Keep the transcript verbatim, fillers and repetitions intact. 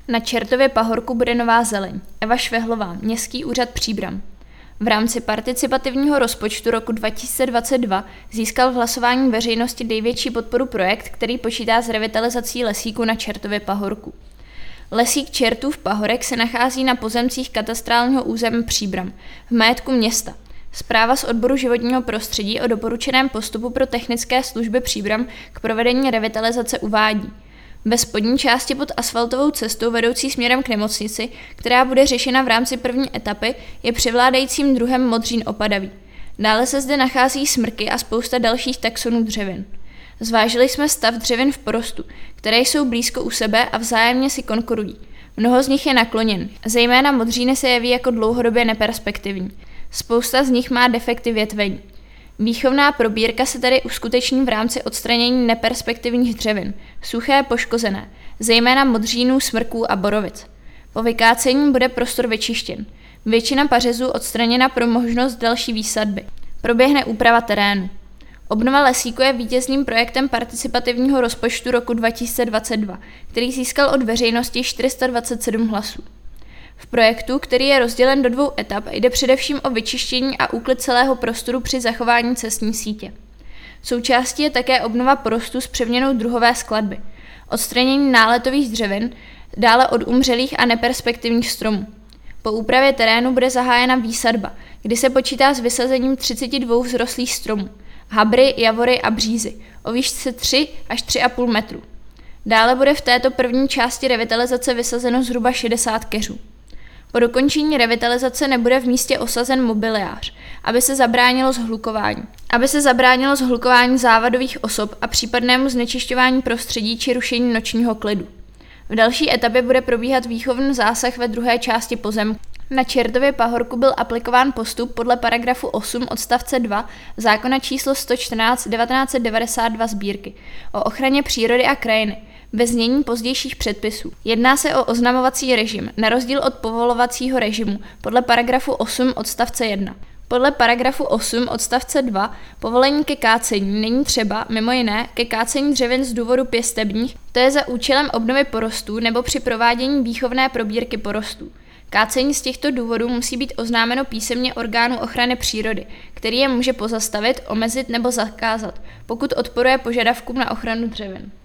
Na Čertově pahorku bude nová zeleň. Eva Švehlová, Městský úřad Příbram. V rámci participativního rozpočtu roku dva tisíce dvacet dva získal v hlasování veřejnosti největší podporu projekt, který počítá s revitalizací lesíku na Čertově pahorku. Lesík Čertův pahorek se nachází na pozemcích katastrálního území Příbram, v majetku města. Zpráva z odboru životního prostředí o doporučeném postupu pro technické služby Příbram k provedení revitalizace uvádí. Ve spodní části pod asfaltovou cestou vedoucí směrem k nemocnici, která bude řešena v rámci první etapy, je převládajícím druhem modřín opadaví. Dále se zde nachází smrky a spousta dalších taxonů dřevin. Zvážili jsme stav dřevin v porostu, které jsou blízko u sebe a vzájemně si konkurují. Mnoho z nich je nakloněn, zejména modříny se jeví jako dlouhodobě neperspektivní. Spousta z nich má defekty větvení. Výchovná probírka se tedy uskuteční v rámci odstranění neperspektivních dřevin, suché poškozené, zejména modřínů, smrků a borovic. Po vykácení bude prostor vyčištěn. Většina pařezů odstraněna pro možnost další výsadby. Proběhne úprava terénu. Obnova lesíku je vítězným projektem participativního rozpočtu roku dva tisíce dvacet dva, který získal od veřejnosti čtyři sta dvacet sedm hlasů. V projektu, který je rozdělen do dvou etap, jde především o vyčištění a úklid celého prostoru při zachování cestní sítě. Součástí je také obnova porostu s přeměnou druhové skladby, odstranění náletových dřevin, dále od umřelých a neperspektivních stromů. Po úpravě terénu bude zahájena výsadba, kdy se počítá s vysazením třicet dva vzrostlých stromů, habry, javory a břízy, o výšce tři až tři a půl metru. Dále bude v této první části revitalizace vysazeno zhruba šedesát keřů. Po dokončení revitalizace nebude v místě osazen mobiliář, aby se zabránilo zhlukování. Aby se zabránilo zhlukování závadových osob a případnému znečišťování prostředí či rušení nočního klidu. V další etapě bude probíhat výchovný zásah ve druhé části pozemku. Na Čertově pahorku byl aplikován postup podle paragrafu osm odstavce dva zákona číslo sto čtrnáct devatenáct set devadesát dva sbírky o ochraně přírody a krajiny, ve znění pozdějších předpisů. Jedná se o oznamovací režim, na rozdíl od povolovacího režimu podle paragrafu osm odstavce jedna. Podle paragrafu osm odstavce dva povolení ke kácení není třeba, mimo jiné, ke kácení dřevin z důvodu pěstebních, to je za účelem obnovy porostů nebo při provádění výchovné probírky porostů. Kácení z těchto důvodů musí být oznámeno písemně orgánu ochrany přírody, který je může pozastavit, omezit nebo zakázat, pokud odporuje požadavkům na ochranu dřevin.